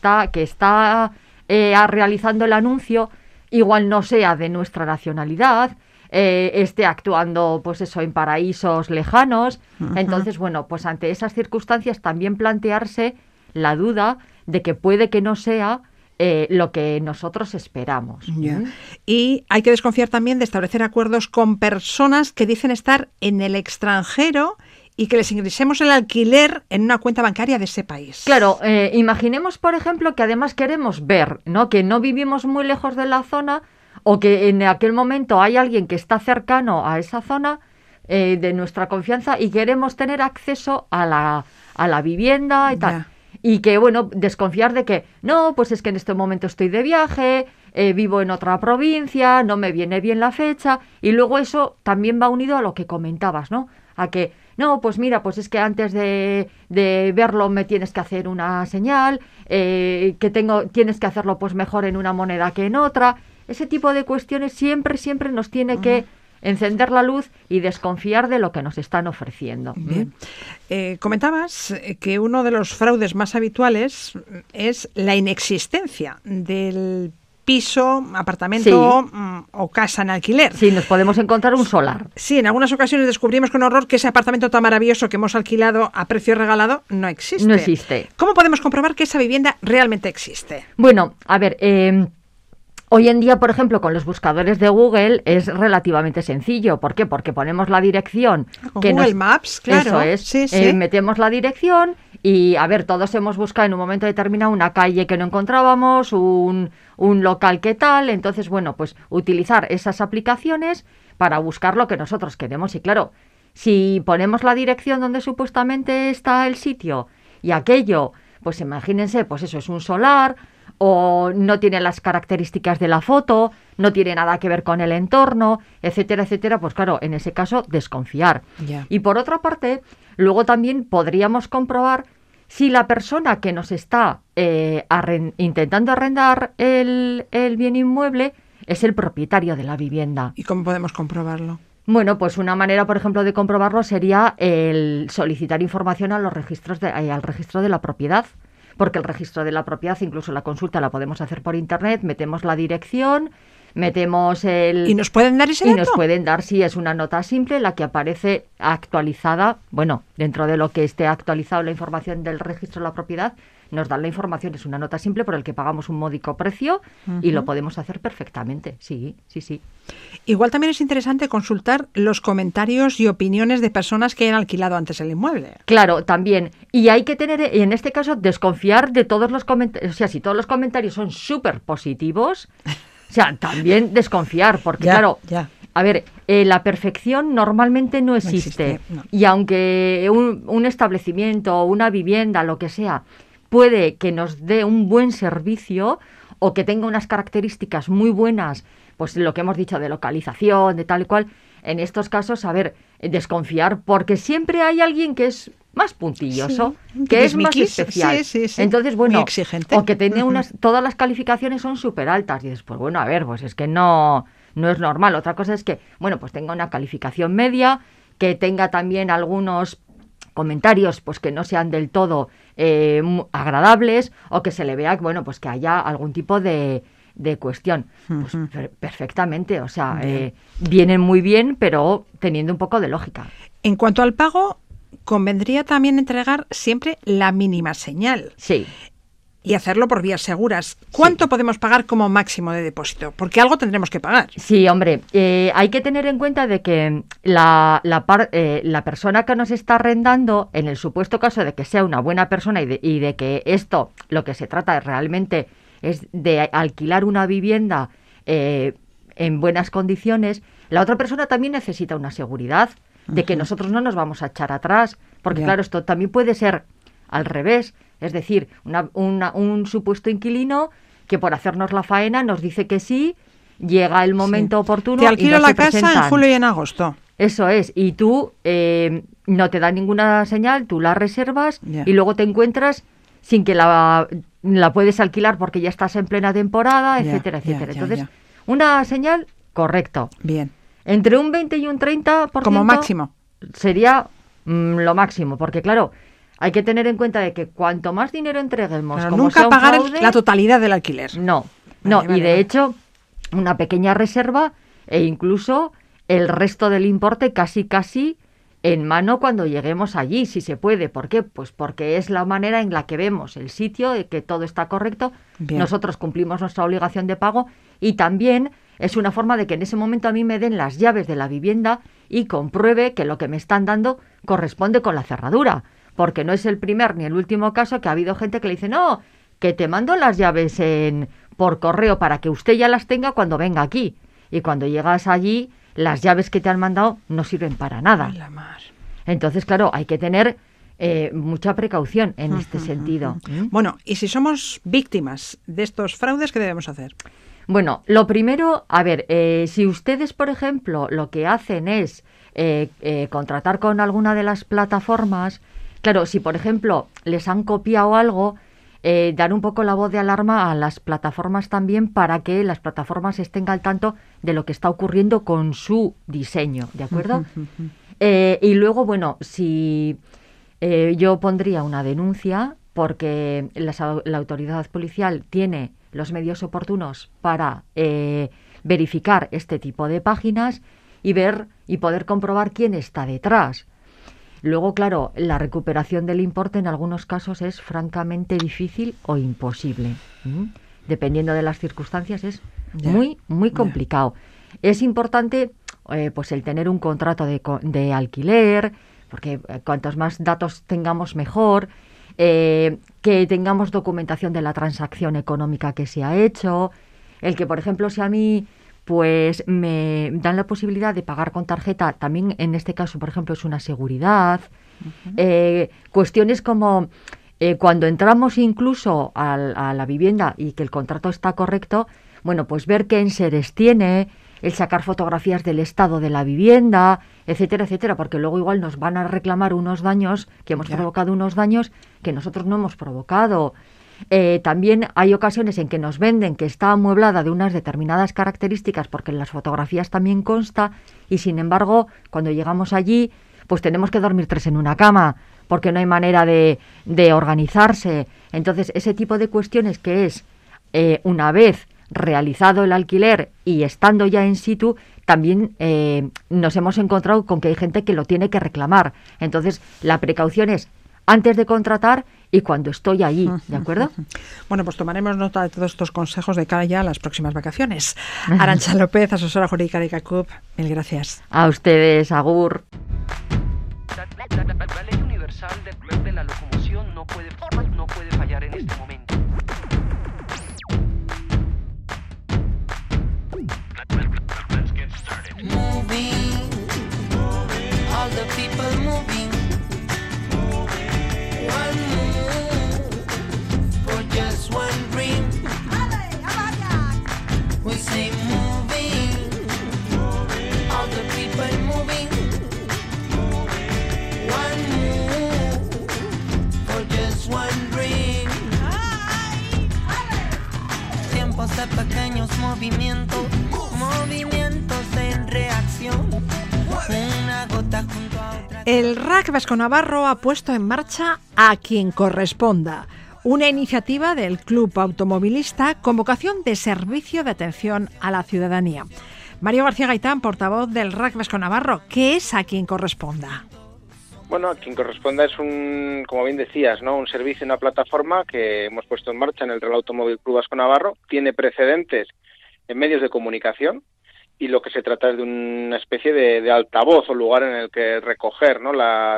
está realizando el anuncio igual no sea de nuestra nacionalidad, esté actuando, pues eso, en paraísos lejanos. Uh-huh. Entonces, bueno, pues ante esas circunstancias también plantearse la duda de que puede que no sea lo que nosotros esperamos. Yeah. Y hay que desconfiar también de establecer acuerdos con personas que dicen estar en el extranjero y que les ingresemos el alquiler en una cuenta bancaria de ese país. Claro, imaginemos, por ejemplo, que además queremos ver, ¿no?, que no vivimos muy lejos de la zona o que en aquel momento hay alguien que está cercano a esa zona de nuestra confianza y queremos tener acceso a la vivienda y tal. Yeah. Y que, bueno, desconfiar de que, no, pues es que en este momento estoy de viaje, vivo en otra provincia, no me viene bien la fecha. Y luego eso también va unido a lo que comentabas, ¿no? A que no, pues mira, pues es que antes de verlo me tienes que hacer una señal, tienes que hacerlo pues mejor en una moneda que en otra. Ese tipo de cuestiones siempre nos tiene que encender la luz y desconfiar de lo que nos están ofreciendo. Bien. Comentabas que uno de los fraudes más habituales es la inexistencia del piso, apartamento o casa en alquiler. Sí, nos podemos encontrar un solar. Sí, en algunas ocasiones descubrimos con horror que ese apartamento tan maravilloso que hemos alquilado a precio regalado no existe. No existe. ¿Cómo podemos comprobar que esa vivienda realmente existe? Bueno, a ver, hoy en día, por ejemplo, con los buscadores de Google es relativamente sencillo. ¿Por qué? Porque ponemos la dirección. Con Google Maps, claro. Eso es. Sí. Metemos la dirección y, a ver, todos hemos buscado en un momento determinado una calle que no encontrábamos, un local que tal. Entonces, bueno, pues utilizar esas aplicaciones para buscar lo que nosotros queremos. Y claro, si ponemos la dirección donde supuestamente está el sitio y aquello, pues imagínense, pues eso es un solar, o no tiene las características de la foto, no tiene nada que ver con el entorno, etcétera, etcétera, pues claro, en ese caso desconfiar. Ya. Y por otra parte, luego también podríamos comprobar si la persona que nos está intentando arrendar el bien inmueble es el propietario de la vivienda. ¿Y cómo podemos comprobarlo? Bueno, pues una manera, por ejemplo, de comprobarlo sería el solicitar información a los registros al registro de la propiedad. Porque el registro de la propiedad, incluso la consulta la podemos hacer por internet, metemos la dirección, metemos el... ¿Y nos pueden dar ese dato? Y nos pueden dar, sí, es una nota simple, la que aparece actualizada, bueno, dentro de lo que esté actualizado la información del registro de la propiedad, nos dan la información, es una nota simple por el que pagamos un módico precio y lo podemos hacer perfectamente, sí. Igual también es interesante consultar los comentarios y opiniones de personas que hayan alquilado antes el inmueble. Claro, también. Y hay que tener, en este caso, desconfiar de todos los comentarios. O sea, si todos los comentarios son súper positivos, o sea, también desconfiar, porque claro, a ver, la perfección normalmente no existe. No. Y aunque un establecimiento, una vivienda, lo que sea, puede que nos dé un buen servicio o que tenga unas características muy buenas, pues lo que hemos dicho de localización, de tal y cual, en estos casos, a ver, desconfiar, porque siempre hay alguien que es más puntilloso, que es más especial. Sí. Entonces, bueno, muy exigente. o que tiene todas las calificaciones son súper altas, y después, bueno, a ver, pues es que no es normal. Otra cosa es que, bueno, pues tenga una calificación media, que tenga también algunos comentarios pues que no sean del todo agradables, o que se le vea, bueno, pues que haya algún tipo de cuestión. Pues perfectamente, o sea, vienen muy bien, pero teniendo un poco de lógica. En cuanto al pago, convendría también entregar siempre la mínima señal. Sí. Y hacerlo por vías seguras. ¿Cuánto podemos pagar como máximo de depósito? Porque algo tendremos que pagar. Sí, hombre, hay que tener en cuenta de que la persona que nos está arrendando, en el supuesto caso de que sea una buena persona y de que esto, lo que se trata realmente es de alquilar una vivienda en buenas condiciones, la otra persona también necesita una seguridad de que nosotros no nos vamos a echar atrás. Porque claro, esto también puede ser al revés. Es decir, un supuesto inquilino que por hacernos la faena nos dice que sí, llega el momento oportuno. Te alquilo y no la se casa presentan. en julio y en agosto. Eso es, y tú no te da ninguna señal, tú la reservas y luego te encuentras sin que la puedes alquilar porque ya estás en plena temporada, etcétera, etcétera. Entonces, una señal, correcto. Bien. Entre un 20 y un 30%. Como máximo. Sería lo máximo, porque claro, hay que tener en cuenta de que cuanto más dinero entreguemos, Pero como nunca sea un pagar fraude, la totalidad del alquiler. No, Vale, y de hecho, una pequeña reserva e incluso el resto del importe casi en mano cuando lleguemos allí, si se puede. ¿Por qué? Pues porque es la manera en la que vemos el sitio, de que todo está correcto, nosotros cumplimos nuestra obligación de pago y también es una forma de que en ese momento a mí me den las llaves de la vivienda y compruebe que lo que me están dando corresponde con la cerradura. Porque no es el primer ni el último caso que ha habido gente que le dice, no, que te mando las llaves por correo para que usted ya las tenga cuando venga aquí. Y cuando llegas allí, las llaves que te han mandado no sirven para nada. La mar. Entonces, claro, hay que tener mucha precaución en este sentido. Bueno, y si somos víctimas de estos fraudes, ¿qué debemos hacer? Bueno, lo primero, a ver, si ustedes, por ejemplo, lo que hacen es contratar con alguna de las plataformas, claro, si por ejemplo les han copiado algo, dar un poco la voz de alarma a las plataformas también para que las plataformas estén al tanto de lo que está ocurriendo con su diseño, ¿de acuerdo? Y luego, bueno, si yo pondría una denuncia porque la autoridad policial tiene los medios oportunos para verificar este tipo de páginas y ver y poder comprobar quién está detrás. Luego, claro, la recuperación del importe en algunos casos es francamente difícil o imposible. Dependiendo de las circunstancias es muy complicado. Es importante pues el tener un contrato de alquiler, porque cuantos más datos tengamos mejor, que tengamos documentación de la transacción económica que se ha hecho, el que, por ejemplo, si a mí pues me dan la posibilidad de pagar con tarjeta, también en este caso, por ejemplo, es una seguridad. Cuestiones como cuando entramos incluso a la vivienda y que el contrato está correcto, bueno, pues ver qué enseres tiene, el sacar fotografías del estado de la vivienda, etcétera, etcétera, porque luego igual nos van a reclamar unos daños, que hemos provocado unos daños que nosotros no hemos provocado. También hay ocasiones en que nos venden que está amueblada de unas determinadas características porque en las fotografías también consta y sin embargo cuando llegamos allí pues tenemos que dormir 3 en una cama porque no hay manera de organizarse. Entonces ese tipo de cuestiones que es una vez realizado el alquiler y estando ya in situ también nos hemos encontrado con que hay gente que lo tiene que reclamar. Entonces la precaución es antes de contratar y cuando estoy allí, ¿de acuerdo? Bueno, pues tomaremos nota de todos estos consejos de cara ya a las próximas vacaciones. Arantxa López, asesora jurídica de ICACUP, mil gracias. A ustedes, agur. La ley universal de la locomoción no puede fallar en este momento. Let's get started. Moving, all the people moving. One move for just one dream. We say moving, all the people moving. One move for just one dream. Tiempos de pequeños movimientos, movimientos en reacción. Una gota junto a otra. El RAC Vasco Navarro ha puesto en marcha A Quien Corresponda, una iniciativa del Club Automovilista con vocación de servicio de atención a la ciudadanía. Mario García Gaitán, portavoz del RAC Vasco Navarro, ¿qué es A Quien Corresponda? Bueno, A Quien Corresponda es como bien decías, ¿no? Un servicio, una plataforma que hemos puesto en marcha en el Real Automóvil Club Vasco Navarro. Tiene precedentes en medios de comunicación y lo que se trata es de una especie de altavoz o lugar en el que recoger, ¿no? Las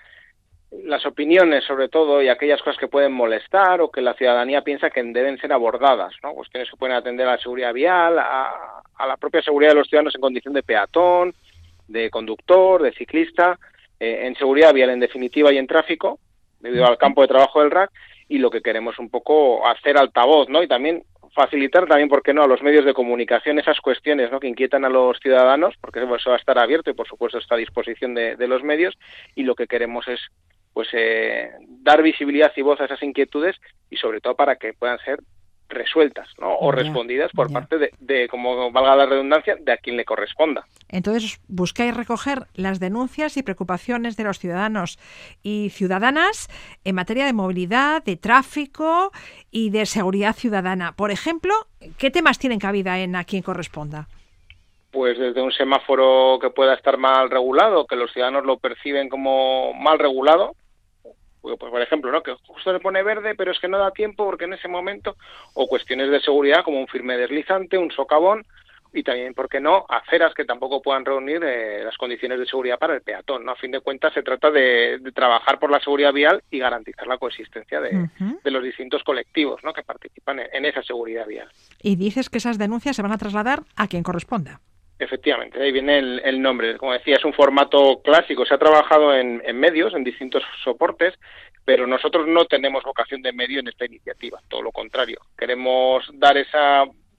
opiniones, sobre todo, y aquellas cosas que pueden molestar o que la ciudadanía piensa que deben ser abordadas, ¿no? Cuestiones que pueden atender a la seguridad vial, a la propia seguridad de los ciudadanos en condición de peatón, de conductor, de ciclista, en seguridad vial en definitiva y en tráfico, debido al campo de trabajo del RAC, y lo que queremos un poco hacer altavoz, ¿no? Y también facilitar también, ¿por qué no?, a los medios de comunicación esas cuestiones, ¿no?, que inquietan a los ciudadanos, porque eso va a estar abierto y por supuesto está a disposición de los medios, y lo que queremos es pues dar visibilidad y voz a esas inquietudes y sobre todo para que puedan ser resueltas, ¿no?, o respondidas por parte de, como valga la redundancia, de a quien le corresponda. Entonces, buscáis recoger las denuncias y preocupaciones de los ciudadanos y ciudadanas en materia de movilidad, de tráfico y de seguridad ciudadana. Por ejemplo, ¿qué temas tienen cabida en A Quien Corresponda? Pues desde un semáforo que pueda estar mal regulado, que los ciudadanos lo perciben como mal regulado, pues por ejemplo, ¿no?, que justo le pone verde, pero es que no da tiempo porque en ese momento, o cuestiones de seguridad como un firme deslizante, un socavón, y también, ¿por qué no?, aceras que tampoco puedan reunir las condiciones de seguridad para el peatón, ¿no? A fin de cuentas se trata de trabajar por la seguridad vial y garantizar la coexistencia de los distintos colectivos, ¿no?, que participan en esa seguridad vial. Y dices que esas denuncias se van a trasladar a quien corresponda. Efectivamente, ahí viene el nombre. Como decía, es un formato clásico. Se ha trabajado en medios, en distintos soportes, pero nosotros no tenemos vocación de medio en esta iniciativa. Todo lo contrario. Queremos dar esa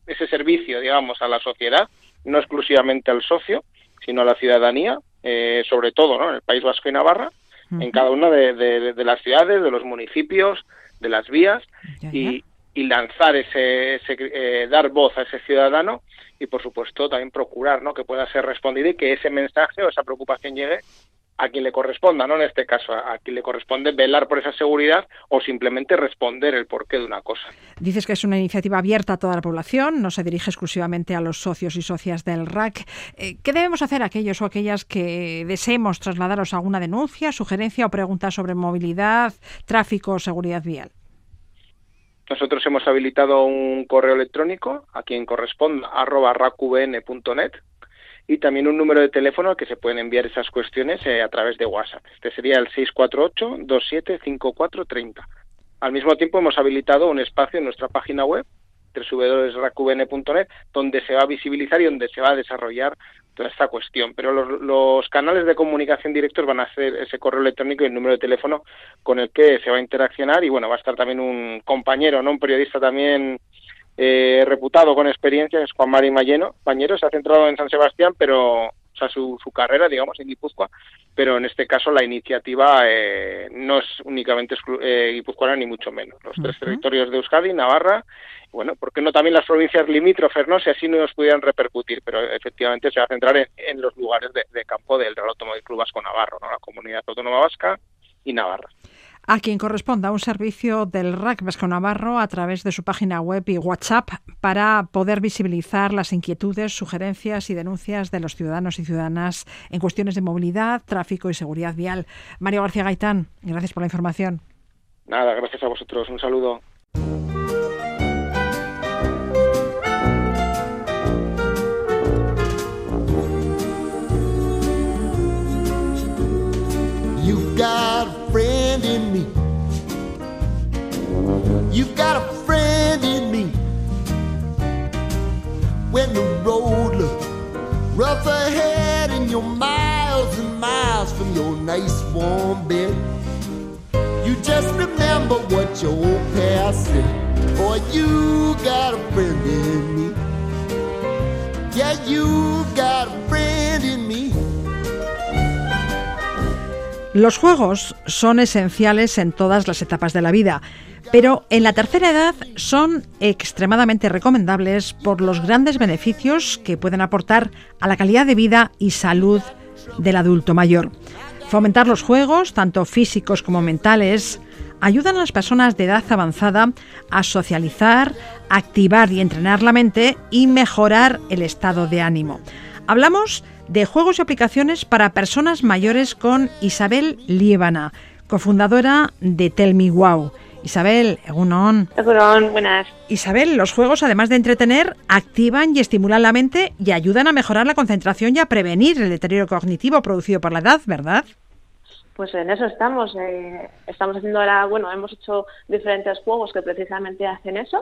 ese servicio, digamos, a la sociedad, no exclusivamente al socio, sino a la ciudadanía, sobre todo, ¿no?, en el País Vasco y Navarra, en cada una de las ciudades, de los municipios, de las vías, y lanzar dar voz a ese ciudadano y, por supuesto, también procurar, ¿no?, que pueda ser respondido y que ese mensaje o esa preocupación llegue a quien le corresponda, ¿no?, en este caso, a quien le corresponde velar por esa seguridad o simplemente responder el porqué de una cosa. Dices que es una iniciativa abierta a toda la población, no se dirige exclusivamente a los socios y socias del RAC. ¿Qué debemos hacer aquellos o aquellas que deseemos trasladaros alguna denuncia, sugerencia o pregunta sobre movilidad, tráfico o seguridad vial? Nosotros hemos habilitado un correo electrónico a quien corresponda, @racvn.net, y también un número de teléfono al que se pueden enviar esas cuestiones a través de WhatsApp. Este sería el 648-275430. Al mismo tiempo hemos habilitado un espacio en nuestra página web, www.racvn.net, donde se va a visibilizar y donde se va a desarrollar toda esta cuestión. Pero los canales de comunicación directos van a ser ese correo electrónico y el número de teléfono con el que se va a interaccionar, y bueno, va a estar también un compañero, ¿no?, un periodista también reputado con experiencia, es Juan Mari Bañero, se ha centrado en San Sebastián, pero su carrera, digamos, en Guipúzcoa, pero en este caso la iniciativa no es únicamente guipuzcoana, ni mucho menos. Los tres territorios de Euskadi, Navarra, bueno, ¿por qué no también las provincias limítrofes, no?, si así nos pudieran repercutir? Pero efectivamente se va a centrar en los lugares de campo del Real Automóvil Club Vasco Navarro, ¿no?, la Comunidad Autónoma Vasca y Navarra. A quien corresponda un servicio del RAC Vasco Navarro a través de su página web y WhatsApp para poder visibilizar las inquietudes, sugerencias y denuncias de los ciudadanos y ciudadanas en cuestiones de movilidad, tráfico y seguridad vial. Mario García Gaitán, gracias por la información. Nada, gracias a vosotros. Un saludo. You've got a friend in me. You've got a friend in me. When the road looks rough ahead and you're miles and miles from your nice warm bed, you just remember what your old past said. Boy, you got a friend in me. Yeah, you got a friend in me. Los juegos son esenciales en todas las etapas de la vida, pero en la tercera edad son extremadamente recomendables por los grandes beneficios que pueden aportar a la calidad de vida y salud del adulto mayor. Fomentar los juegos, tanto físicos como mentales, ayudan a las personas de edad avanzada a socializar, activar y entrenar la mente y mejorar el estado de ánimo. Hablamos de juegos y aplicaciones para personas mayores con Isabel Liébana, cofundadora de Tell Me Wow. Isabel, egunon. Egunon, buenas. Isabel, los juegos, además de entretener, activan y estimulan la mente y ayudan a mejorar la concentración y a prevenir el deterioro cognitivo producido por la edad, ¿verdad? Pues en eso estamos. Estamos haciendo ahora, hemos hecho diferentes juegos que precisamente hacen eso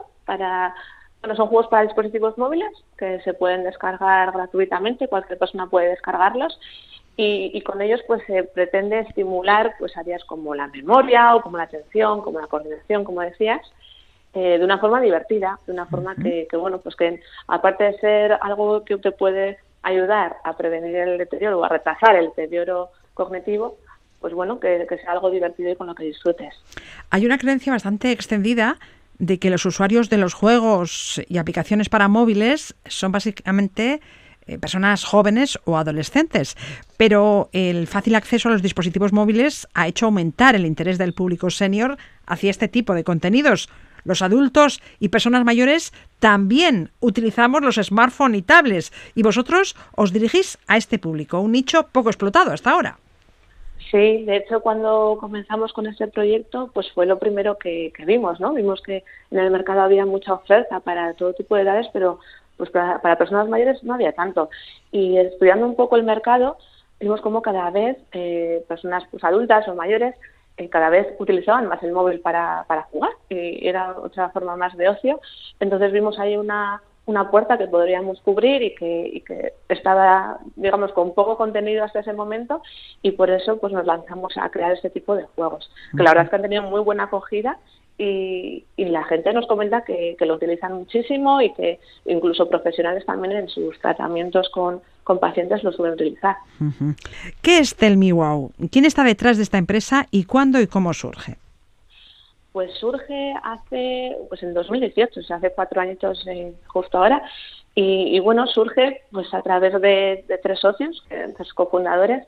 son juegos para dispositivos móviles que se pueden descargar gratuitamente, cualquier persona puede descargarlos y con ellos pues se pretende estimular pues áreas como la memoria o como la atención, como la coordinación, como decías, de una forma divertida, de una forma que aparte de ser algo que te puede ayudar a prevenir el deterioro o a retrasar el deterioro cognitivo, pues que sea algo divertido y con lo que disfrutes. Hay una creencia bastante extendida de que los usuarios de los juegos y aplicaciones para móviles son básicamente personas jóvenes o adolescentes, pero el fácil acceso a los dispositivos móviles ha hecho aumentar el interés del público senior hacia este tipo de contenidos. Los adultos y personas mayores también utilizamos los smartphones y tablets, y vosotros os dirigís a este público, un nicho poco explotado hasta ahora. Sí, de hecho, cuando comenzamos con este proyecto, pues fue lo primero que vimos, ¿no? Vimos que en el mercado había mucha oferta para todo tipo de edades, pero pues para personas mayores no había tanto. Y estudiando un poco el mercado, vimos como cada vez personas pues adultas o mayores cada vez utilizaban más el móvil para jugar, y era otra forma más de ocio. Entonces vimos ahí una puerta que podríamos cubrir y que estaba, digamos, con poco contenido hasta ese momento, y por eso pues nos lanzamos a crear este tipo de juegos, que la verdad es que han tenido muy buena acogida y la gente nos comenta que lo utilizan muchísimo y que incluso profesionales también en sus tratamientos con pacientes lo suelen utilizar. ¿Qué es Tell Me Wow? ¿Quién está detrás de esta empresa y cuándo y cómo surge? Pues surge en 2018, o sea, hace 4 añitos justo ahora, y bueno, surge pues a través de 3 socios, 3 cofundadores,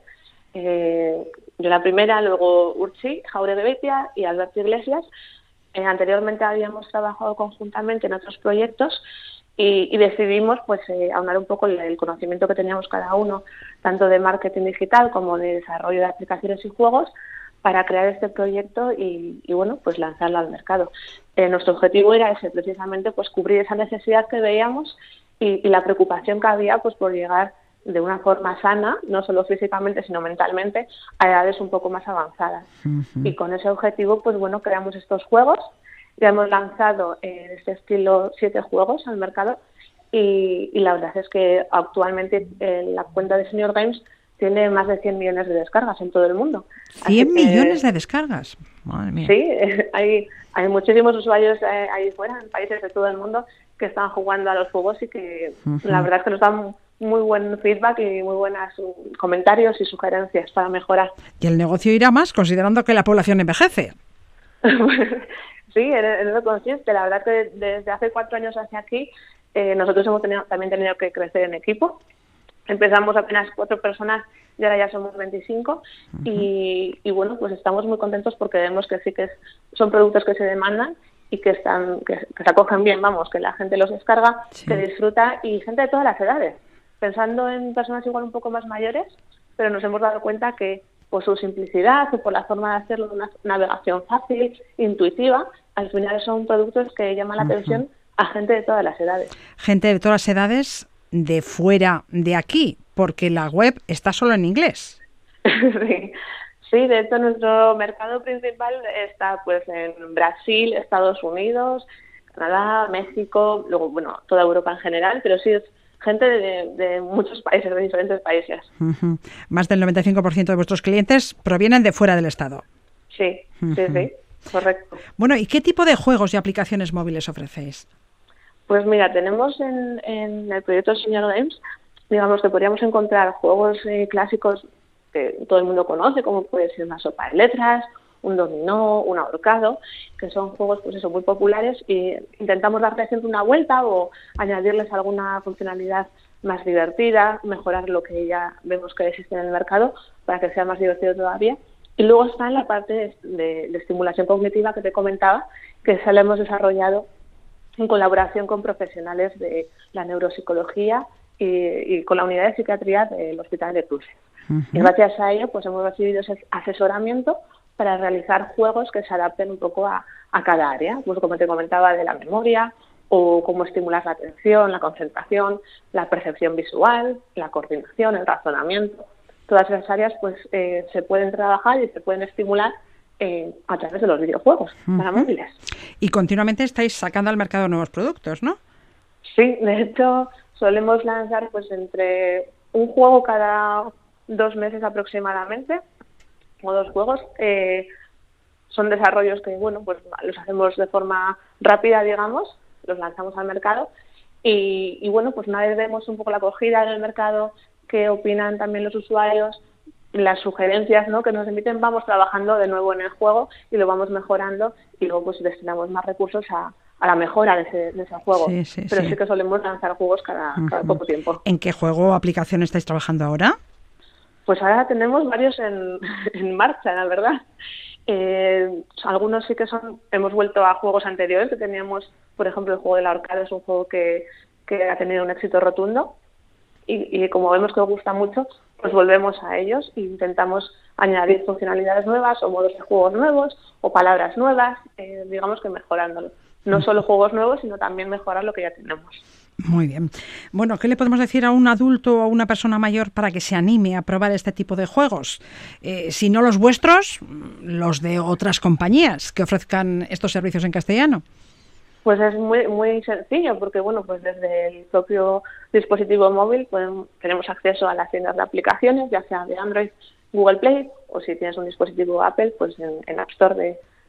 yo la primera, luego Urtzi Jauregui-Beitia y Alberto Iglesias. Anteriormente habíamos trabajado conjuntamente en otros proyectos y decidimos pues aunar un poco el conocimiento que teníamos cada uno, tanto de marketing digital como de desarrollo de aplicaciones y juegos, para crear este proyecto y bueno, pues lanzarlo al mercado. Nuestro objetivo era ese, precisamente pues cubrir esa necesidad que veíamos y la preocupación que había pues por llegar de una forma sana, no solo físicamente sino mentalmente, a edades un poco más avanzadas. Y con ese objetivo pues bueno, creamos estos juegos. Ya hemos lanzado en este estilo 7 juegos al mercado y la verdad es que actualmente la cuenta de Senior Games tiene más de 100 millones de descargas en todo el mundo. ¿100 millones de descargas? Madre mía. Sí, hay muchísimos usuarios ahí fuera, en países de todo el mundo, que están jugando a los juegos y que la verdad es que nos dan muy buen feedback y muy buenos comentarios y sugerencias para mejorar. Y el negocio irá más, considerando que la población envejece. Sí, en eso consiste. La verdad que desde hace 4 años hacia aquí nosotros hemos también tenido que crecer en equipo. Empezamos apenas 4 personas y ahora ya somos 25 y bueno, pues estamos muy contentos porque vemos que sí que son productos que se demandan y que se acogen bien, vamos, que la gente los descarga, que disfruta, y gente de todas las edades. Pensando en personas igual un poco más mayores, pero nos hemos dado cuenta que por su simplicidad y por la forma de hacerlo de una navegación fácil, intuitiva, al final son productos que llaman la atención a gente de todas las edades. Gente de todas las edades de fuera de aquí, porque la web está solo en inglés. Sí, de hecho nuestro mercado principal está pues en Brasil, Estados Unidos, Canadá, México, luego bueno, toda Europa en general, pero sí es gente de muchos países, de diferentes países. Más del 95% de vuestros clientes provienen de fuera del estado. Sí, sí, correcto. Bueno, ¿y qué tipo de juegos y aplicaciones móviles ofrecéis? Pues mira, tenemos en el proyecto Senior Games, digamos que podríamos encontrar juegos clásicos que todo el mundo conoce, como puede ser una sopa de letras, un dominó, un ahorcado, que son juegos pues eso, muy populares, y intentamos darle siempre una vuelta o añadirles alguna funcionalidad más divertida, mejorar lo que ya vemos que existe en el mercado para que sea más divertido todavía. Y luego está en la parte de estimulación cognitiva que te comentaba, que se la hemos desarrollado en colaboración con profesionales de la neuropsicología y con la unidad de psiquiatría del Hospital de Cruces. Y gracias a ello pues hemos recibido ese asesoramiento para realizar juegos que se adapten un poco a cada área, pues como te comentaba, de la memoria, o cómo estimular la atención, la concentración, la percepción visual, la coordinación, el razonamiento. Todas esas áreas pues se pueden trabajar y se pueden estimular a través de los videojuegos para móviles. Y continuamente estáis sacando al mercado nuevos productos, ¿no? Sí, de hecho solemos lanzar pues entre un juego cada 2 meses aproximadamente, o 2 juegos. Son desarrollos que bueno, pues los hacemos de forma rápida, digamos, los lanzamos al mercado y bueno, pues una vez vemos un poco la acogida en el mercado, qué opinan también los usuarios, las sugerencias, ¿no?, que nos emiten, vamos trabajando de nuevo en el juego y lo vamos mejorando y luego pues destinamos más recursos a la mejora de ese juego. Pero sí que solemos lanzar juegos cada poco tiempo. ¿En qué juego o aplicación estáis trabajando ahora? Pues ahora tenemos varios en marcha, la verdad. Algunos sí que hemos vuelto a juegos anteriores que teníamos. Por ejemplo, el juego del ahorcado es un juego que ha tenido un éxito rotundo y como vemos que os gusta mucho, pues volvemos a ellos e intentamos añadir funcionalidades nuevas o modos de juegos nuevos o palabras nuevas, digamos que mejorándolo. No solo juegos nuevos, sino también mejorar lo que ya tenemos. Muy bien. Bueno, ¿qué le podemos decir a un adulto o a una persona mayor para que se anime a probar este tipo de juegos? Si no los vuestros, los de otras compañías que ofrezcan estos servicios en castellano. Pues es muy sencillo, porque bueno, pues desde el propio dispositivo móvil tenemos acceso a las tiendas de aplicaciones, ya sea de Android, Google Play, o si tienes un dispositivo Apple, pues en App Store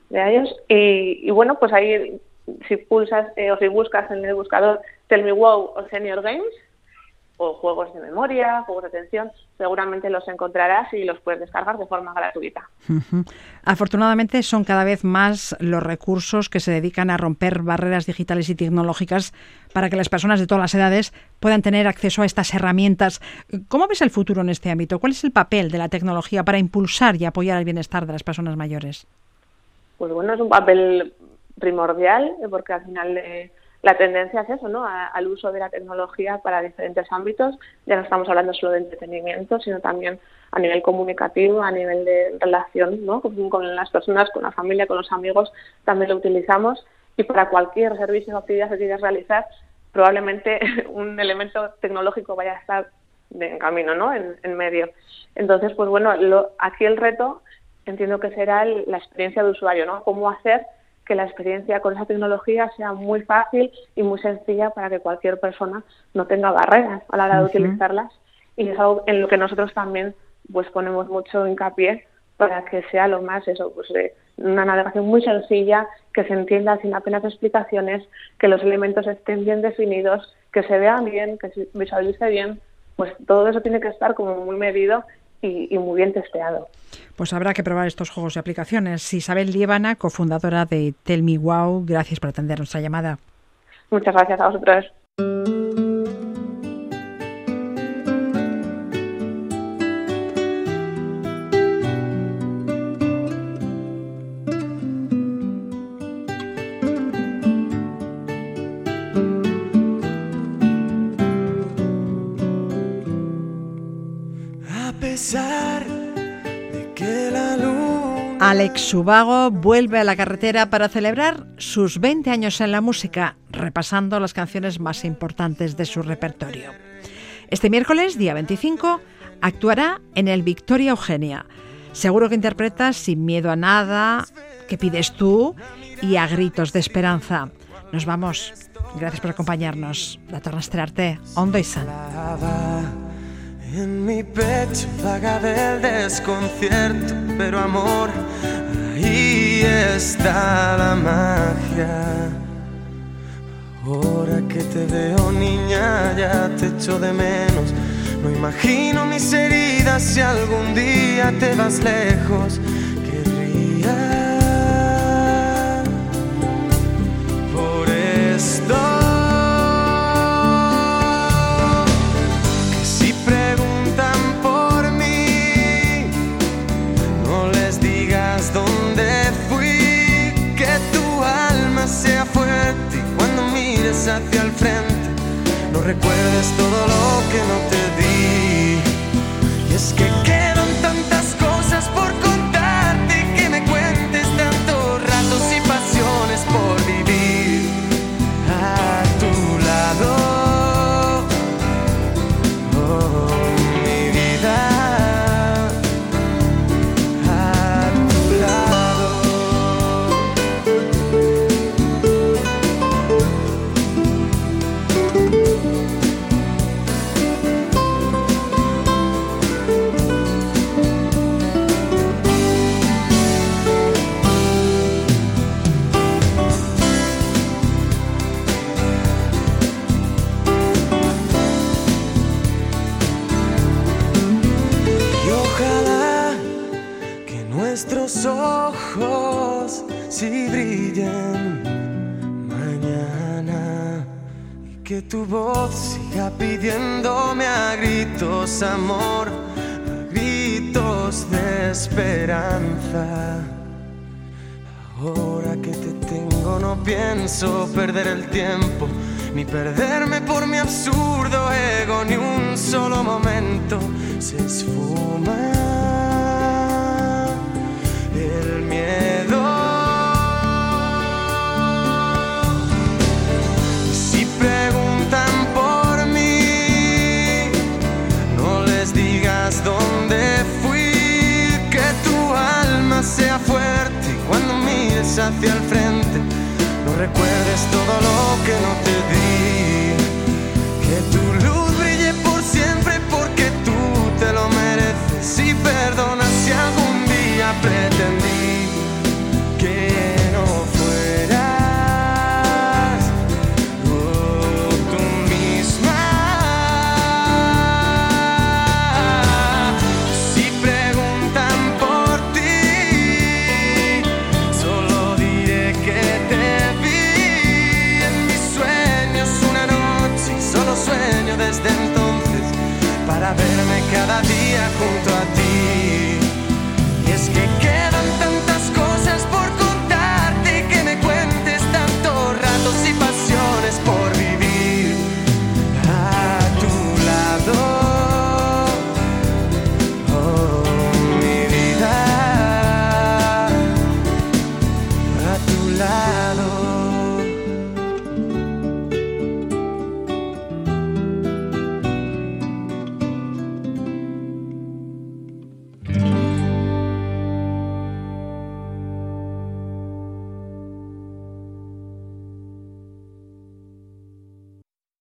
de iOS. Y bueno, pues ahí si pulsas o si buscas en el buscador Tell Me Wow o Senior Games o juegos de memoria, juegos de atención, seguramente los encontrarás y los puedes descargar de forma gratuita. Afortunadamente son cada vez más los recursos que se dedican a romper barreras digitales y tecnológicas para que las personas de todas las edades puedan tener acceso a estas herramientas. ¿Cómo ves el futuro en este ámbito? ¿Cuál es el papel de la tecnología para impulsar y apoyar el bienestar de las personas mayores? Pues bueno, es un papel primordial porque al final la tendencia es eso, ¿no? Al uso de la tecnología para diferentes ámbitos. Ya no estamos hablando solo de entretenimiento, sino también a nivel comunicativo, a nivel de relación, ¿no? Con las personas, con la familia, con los amigos, también lo utilizamos. Y para cualquier servicio o actividad que quieras realizar, probablemente un elemento tecnológico vaya a estar en camino, ¿no? En medio. Entonces, pues bueno, aquí el reto entiendo que será la experiencia de usuario, ¿no? Cómo hacer que la experiencia con esa tecnología sea muy fácil y muy sencilla para que cualquier persona no tenga barreras a la hora de utilizarlas. Y es algo en lo que nosotros también pues ponemos mucho hincapié para que sea lo más una navegación muy sencilla, que se entienda sin apenas explicaciones, que los elementos estén bien definidos, que se vean bien, que se visualice bien. Pues todo eso tiene que estar como muy medido y muy bien testeado. Pues habrá que probar estos juegos y aplicaciones. Isabel Liébana, cofundadora de Tell Me Wow, gracias por atender nuestra llamada. Muchas gracias a vosotros. A pesar de que la luna... Alex Ubago vuelve a la carretera para celebrar sus 20 años en la música, repasando las canciones más importantes de su repertorio. Este miércoles, día 25, actuará en el Victoria Eugenia. Seguro que interpreta Sin miedo a nada, ¿Qué pides tú? Y A gritos de esperanza. Nos vamos. Gracias por acompañarnos. La torna a estrenarte. Ondo y San. En mi pecho vaga del desconcierto, pero amor, ahí está la magia. Ahora que te veo, niña, ya te echo de menos. No imagino mis heridas si algún día te vas lejos. Querría por esto que si preguntan por mí, no les digas dónde fui. Que tu alma sea fuerte y cuando mires hacia el frente no recuerdes todo lo que no te di. Y es que quedan tantas cosas por contarte, que me cuentes tantos ratos y pasiones por vivir a tu lado. Oh, mi vida, a tu lado. Nuestros ojos sí brillen mañana y que tu voz siga pidiéndome a gritos amor, a gritos de esperanza. Ahora que te tengo no pienso perder el tiempo, ni perderme por mi absurdo ego, ni un solo momento se esfuma el miedo. Si preguntan por mí, no les digas dónde fui. Que tu alma sea fuerte y cuando mires hacia el frente no recuerdes todo lo que no te di. Que tu luz brille por siempre porque tú te lo mereces. Y perdona si algún día pretendí que para verme cada día junto a ti. Y es que